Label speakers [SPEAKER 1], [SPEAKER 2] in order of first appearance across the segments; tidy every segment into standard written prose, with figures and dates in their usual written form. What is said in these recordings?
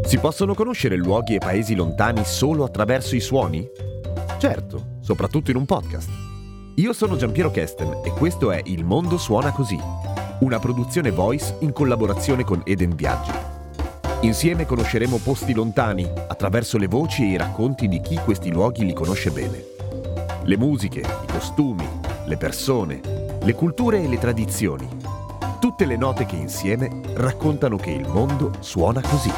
[SPEAKER 1] Si possono conoscere luoghi e paesi lontani solo attraverso i suoni? Certo, soprattutto in un podcast. Io sono Giampiero Kesten e questo è Il Mondo Suona Così, una produzione Voice in collaborazione con Eden Viaggi. Insieme conosceremo posti lontani attraverso le voci e i racconti di chi questi luoghi li conosce bene. Le musiche, i costumi, le persone, le culture e le tradizioni. Tutte le note che insieme raccontano che il mondo suona così.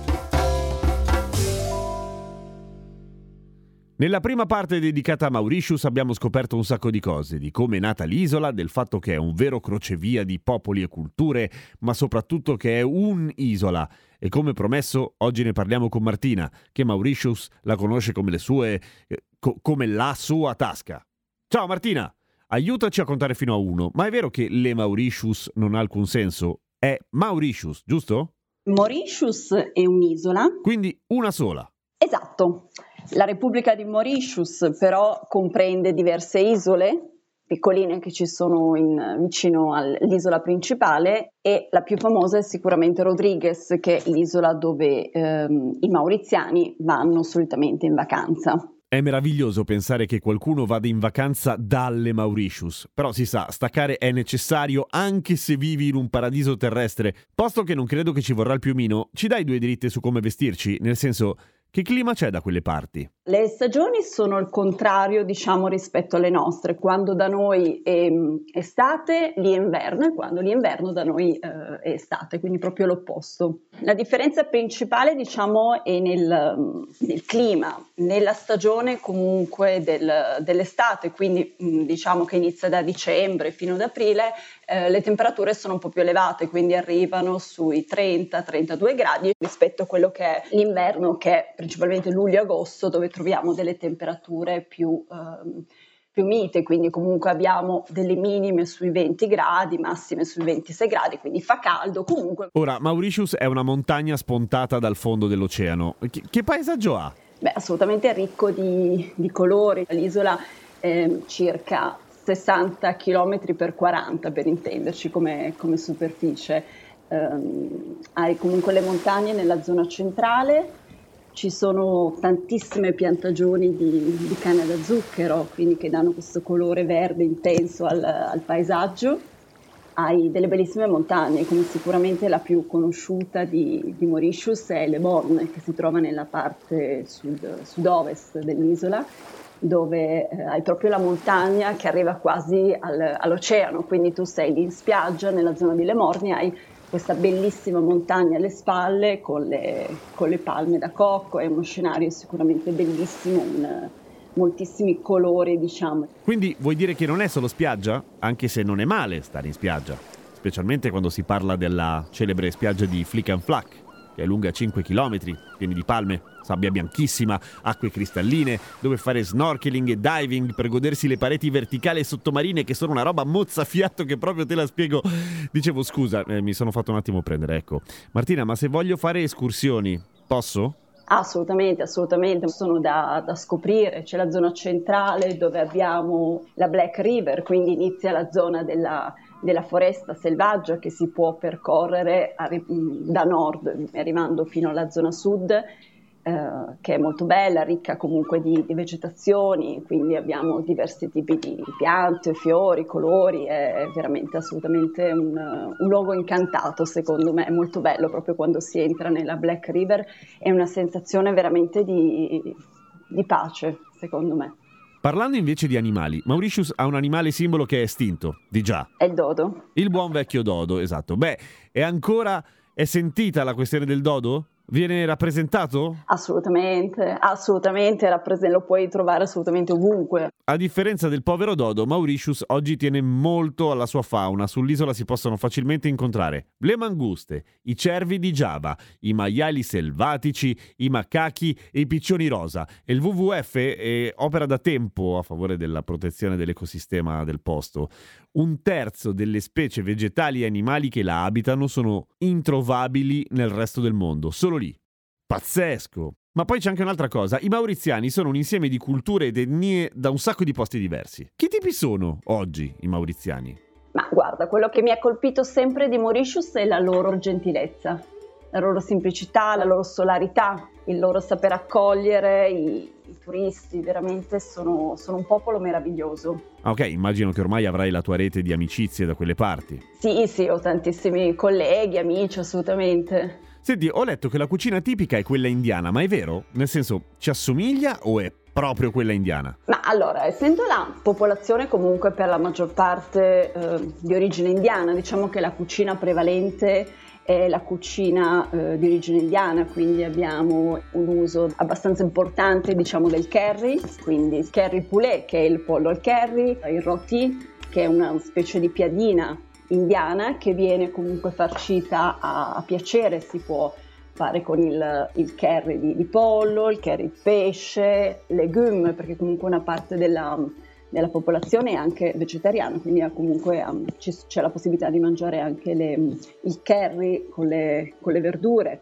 [SPEAKER 1] Nella prima parte dedicata a Mauritius abbiamo scoperto un sacco di cose, di come è nata l'isola, del fatto che è un vero crocevia di popoli e culture, ma soprattutto che è un'isola. E come promesso, oggi ne parliamo con Martina, che Mauritius la conosce come le sue, come la sua tasca. Ciao Martina, aiutaci a contare fino a 1, ma è vero che le Mauritius non ha alcun senso? È Mauritius, giusto?
[SPEAKER 2] Mauritius è un'isola.
[SPEAKER 1] Quindi una sola.
[SPEAKER 2] Esatto. La Repubblica di Mauritius però comprende diverse isole piccoline che ci sono vicino all'isola principale, e la più famosa è sicuramente Rodrigues, che è l'isola dove i mauriziani vanno solitamente in vacanza.
[SPEAKER 1] È meraviglioso pensare che qualcuno vada in vacanza dalle Mauritius, però si sa, staccare è necessario anche se vivi in un paradiso terrestre. Posto che non credo che ci vorrà il piumino, ci dai 2 dritte su come vestirci? Nel senso, che clima c'è da quelle parti?
[SPEAKER 2] Le stagioni sono il contrario, diciamo, rispetto alle nostre. Quando da noi è estate, lì è inverno, e quando lì è inverno da noi è estate, quindi proprio l'opposto. La differenza principale, diciamo, è nel clima. Nella stagione comunque dell'estate, quindi diciamo che inizia da dicembre fino ad aprile, le temperature sono un po' più elevate, quindi arrivano sui 30-32 gradi rispetto a quello che è l'inverno, che è principalmente luglio-agosto, dove troviamo delle temperature più mite, quindi comunque abbiamo delle minime sui 20 gradi, massime sui 26 gradi, quindi fa caldo comunque.
[SPEAKER 1] Ora, Mauritius è una montagna spuntata dal fondo dell'oceano. Che paesaggio ha?
[SPEAKER 2] Beh, assolutamente ricco di colori. L'isola è circa 60 km per 40, per intenderci, come superficie. Hai comunque le montagne nella zona centrale. Ci sono tantissime piantagioni di canna da zucchero, quindi che danno questo colore verde intenso al paesaggio. Hai delle bellissime montagne, come sicuramente la più conosciuta di Mauritius è Le Morne, che si trova nella parte sud-ovest dell'isola, dove hai proprio la montagna che arriva quasi all'oceano, quindi tu sei lì in spiaggia nella zona di Le Morne, hai questa bellissima montagna alle spalle con le palme da cocco. È uno scenario sicuramente bellissimo, moltissimi colori, diciamo.
[SPEAKER 1] Quindi vuoi dire che non è solo spiaggia? Anche se non è male stare in spiaggia, specialmente quando si parla della celebre spiaggia di Flick and Flack, che è lunga 5 km, pieni di palme, sabbia bianchissima, acque cristalline, dove fare snorkeling e diving per godersi le pareti verticali e sottomarine, che sono una roba mozzafiato che proprio te la spiego. Dicevo, scusa, mi sono fatto un attimo prendere, ecco. Martina, ma se voglio fare escursioni, posso?
[SPEAKER 2] Assolutamente, sono da scoprire. C'è la zona centrale dove abbiamo la Black River, quindi inizia la zona della foresta selvaggia che si può percorrere da nord, arrivando fino alla zona sud, che è molto bella, ricca comunque di vegetazioni, quindi abbiamo diversi tipi di piante, fiori, colori. È veramente assolutamente un luogo incantato, secondo me. È molto bello proprio quando si entra nella Black River, è una sensazione veramente di pace, secondo me.
[SPEAKER 1] Parlando invece di animali, Mauritius ha un animale simbolo che è estinto, di già.
[SPEAKER 2] È il dodo.
[SPEAKER 1] Il buon vecchio dodo, esatto. Beh, è sentita la questione del dodo? Viene rappresentato?
[SPEAKER 2] Assolutamente, lo puoi trovare assolutamente ovunque.
[SPEAKER 1] A differenza del povero dodo, Mauritius oggi tiene molto alla sua fauna. Sull'isola si possono facilmente incontrare le manguste, i cervi di Giava, i maiali selvatici, i macachi e i piccioni rosa. E il WWF opera da tempo a favore della protezione dell'ecosistema del posto. 1/3 delle specie vegetali e animali che la abitano sono introvabili nel resto del mondo, solo lì. Pazzesco! Ma poi c'è anche un'altra cosa, i mauriziani sono un insieme di culture ed etnie da un sacco di posti diversi. Che tipi sono oggi i mauriziani?
[SPEAKER 2] Ma guarda, quello che mi ha colpito sempre di Mauritius è la loro gentilezza. la loro semplicità, la loro solarità, il loro saper accogliere i turisti, veramente sono un popolo meraviglioso.
[SPEAKER 1] Ok, immagino che ormai avrai la tua rete di amicizie da quelle parti.
[SPEAKER 2] Sì, ho tantissimi colleghi, amici, assolutamente.
[SPEAKER 1] Senti, ho letto che la cucina tipica è quella indiana, ma è vero? Nel senso, ci assomiglia o è proprio quella indiana?
[SPEAKER 2] Ma allora, essendo la popolazione comunque per la maggior parte di origine indiana, diciamo che la cucina prevalente è la cucina di origine indiana, quindi abbiamo un uso abbastanza importante, diciamo, del curry, quindi il curry poulet, che è il pollo al curry, il roti, che è una specie di piadina indiana che viene comunque farcita a piacere, si può fare con il curry di pollo, il curry di pesce, legume, perché comunque una parte della popolazione è anche vegetariana, quindi comunque c'è la possibilità di mangiare anche il curry con le verdure.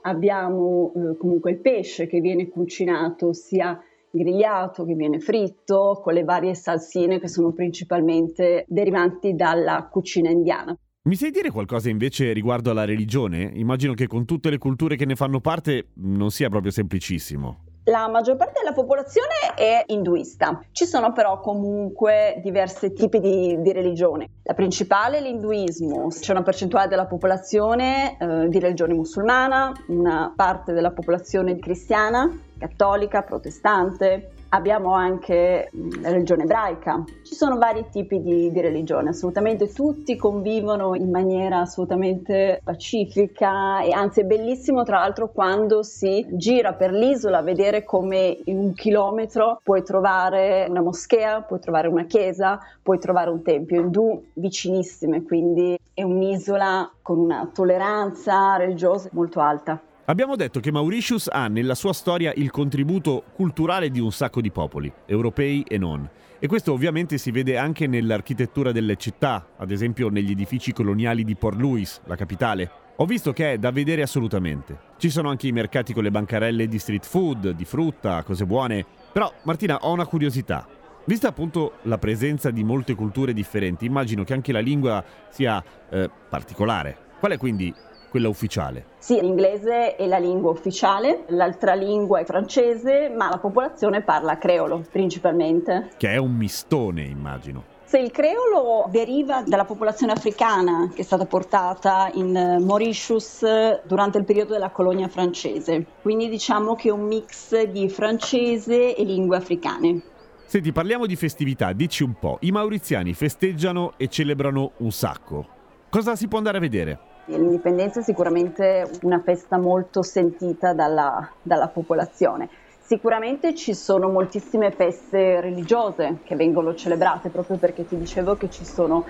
[SPEAKER 2] Abbiamo comunque il pesce che viene cucinato sia grigliato che viene fritto con le varie salsine che sono principalmente derivanti dalla cucina indiana.
[SPEAKER 1] Mi sai dire qualcosa invece riguardo alla religione? Immagino che con tutte le culture che ne fanno parte non sia proprio semplicissimo.
[SPEAKER 2] La maggior parte della popolazione è induista, ci sono però comunque diversi tipi di religione. La principale è l'induismo, c'è una percentuale della popolazione di religione musulmana, una parte della popolazione cristiana, cattolica, protestante. Abbiamo anche la religione ebraica, ci sono vari tipi di religione, assolutamente tutti convivono in maniera assolutamente pacifica e anzi è bellissimo tra l'altro quando si gira per l'isola a vedere come in 1 chilometro puoi trovare una moschea, puoi trovare una chiesa, puoi trovare un tempio indù vicinissime, quindi è un'isola con una tolleranza religiosa molto alta.
[SPEAKER 1] Abbiamo detto che Mauritius ha nella sua storia il contributo culturale di un sacco di popoli, europei e non. E questo ovviamente si vede anche nell'architettura delle città, ad esempio negli edifici coloniali di Port Louis, la capitale. Ho visto che è da vedere assolutamente. Ci sono anche i mercati con le bancarelle di street food, di frutta, cose buone. Però, Martina, ho una curiosità. Vista appunto la presenza di molte culture differenti, immagino che anche la lingua sia particolare. Qual è quindi quella ufficiale?
[SPEAKER 2] Sì, l'inglese è la lingua ufficiale, l'altra lingua è francese, ma la popolazione parla creolo principalmente.
[SPEAKER 1] Che è un mistone, immagino.
[SPEAKER 2] Se il creolo deriva dalla popolazione africana che è stata portata in Mauritius durante il periodo della colonia francese, quindi diciamo che è un mix di francese e lingue africane.
[SPEAKER 1] Senti, parliamo di festività, dici un po'. I mauriziani festeggiano e celebrano un sacco. Cosa si può andare a vedere?
[SPEAKER 2] L'indipendenza è sicuramente una festa molto sentita dalla popolazione. Sicuramente ci sono moltissime feste religiose che vengono celebrate proprio perché ti dicevo che ci sono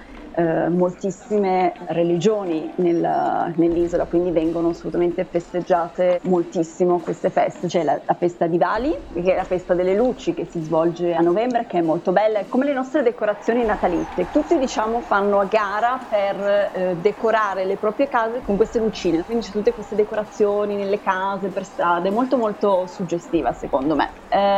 [SPEAKER 2] moltissime religioni nell'isola, quindi vengono assolutamente festeggiate moltissimo queste feste. C'è la festa di Vali, che è la festa delle luci che si svolge a novembre, che è molto bella, è come le nostre decorazioni natalizie. Tutti diciamo fanno a gara per decorare le proprie case con queste lucine, quindi c'è tutte queste decorazioni nelle case, per strade, molto molto suggestiva secondo me.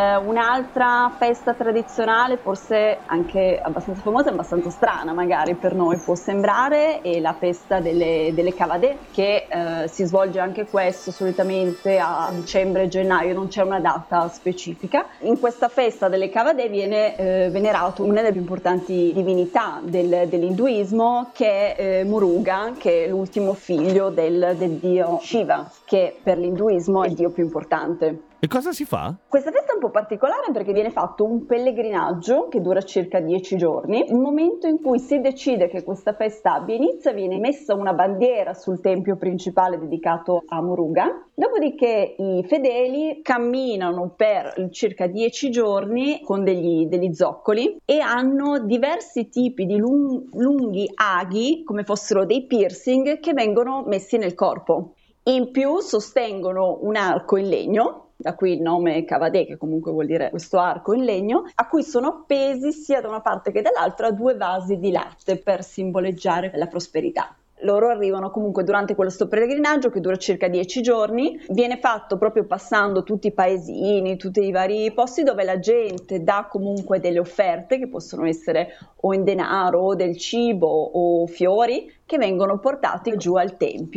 [SPEAKER 2] Un'altra festa tradizionale, forse anche abbastanza famosa e abbastanza strana magari per noi può sembrare, è la festa delle cavadè, che si svolge anche questo solitamente a dicembre e gennaio, non c'è una data specifica. In questa festa delle cavadè viene venerato una delle più importanti divinità dell'induismo, che è Muruga, che è l'ultimo figlio del dio Shiva, che per l'induismo è il dio più importante.
[SPEAKER 1] E cosa si fa?
[SPEAKER 2] Questa festa è un po' particolare perché viene fatto un pellegrinaggio che dura circa 10 giorni. Il momento in cui si decide che questa festa abbia inizio, viene messa una bandiera sul tempio principale dedicato a Muruga. Dopodiché i fedeli camminano per circa 10 giorni con degli zoccoli e hanno diversi tipi di lunghi aghi, come fossero dei piercing, che vengono messi nel corpo. In più sostengono un arco in legno, da qui il nome cavadè, che comunque vuol dire questo arco in legno, a cui sono appesi sia da una parte che dall'altra 2 vasi di latte per simboleggiare la prosperità. Loro arrivano comunque durante questo pellegrinaggio che dura circa 10 giorni, viene fatto proprio passando tutti i paesini, tutti i vari posti dove la gente dà comunque delle offerte che possono essere o in denaro o del cibo o fiori che vengono portati giù al tempio.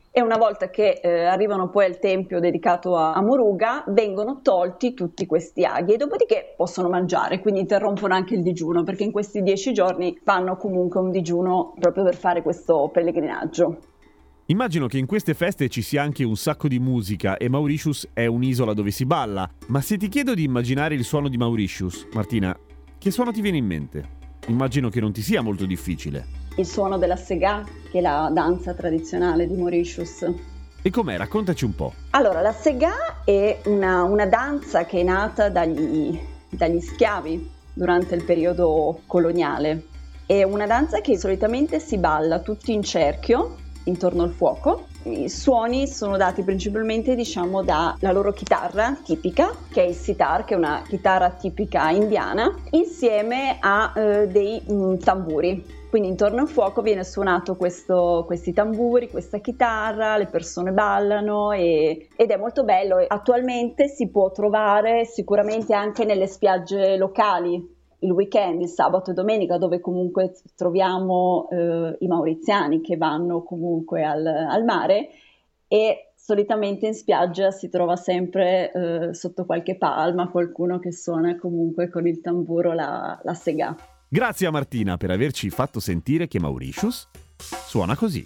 [SPEAKER 2] E una volta che arrivano poi al tempio dedicato a Muruga, vengono tolti tutti questi aghi e dopodiché possono mangiare, quindi interrompono anche il digiuno, perché in questi 10 giorni fanno comunque un digiuno proprio per fare questo pellegrinaggio.
[SPEAKER 1] Immagino che in queste feste ci sia anche un sacco di musica e Mauritius è un'isola dove si balla, ma se ti chiedo di immaginare il suono di Mauritius, Martina, che suono ti viene in mente? Immagino che non ti sia molto difficile.
[SPEAKER 2] Il suono della Sega, che è la danza tradizionale di Mauritius.
[SPEAKER 1] E com'è? Raccontaci un po'.
[SPEAKER 2] Allora, la Sega è una danza che è nata dagli schiavi durante il periodo coloniale. È una danza che solitamente si balla tutti in cerchio intorno al fuoco. I suoni sono dati principalmente, diciamo, dalla loro chitarra tipica, che è il sitar, che è una chitarra tipica indiana, insieme a dei tamburi. Quindi intorno al fuoco viene suonato questi tamburi, questa chitarra, le persone ballano ed è molto bello. Attualmente si può trovare sicuramente anche nelle spiagge locali, il weekend, il sabato e domenica, dove comunque troviamo i mauriziani che vanno comunque al mare, e solitamente in spiaggia si trova sempre sotto qualche palma qualcuno che suona comunque con il tamburo la Sega.
[SPEAKER 1] Grazie a Martina per averci fatto sentire che Mauritius suona così.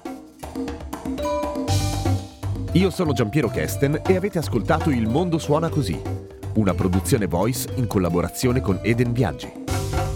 [SPEAKER 1] Io sono Giampiero Kesten e avete ascoltato Il Mondo Suona Così, una produzione Voice in collaborazione con Eden Viaggi.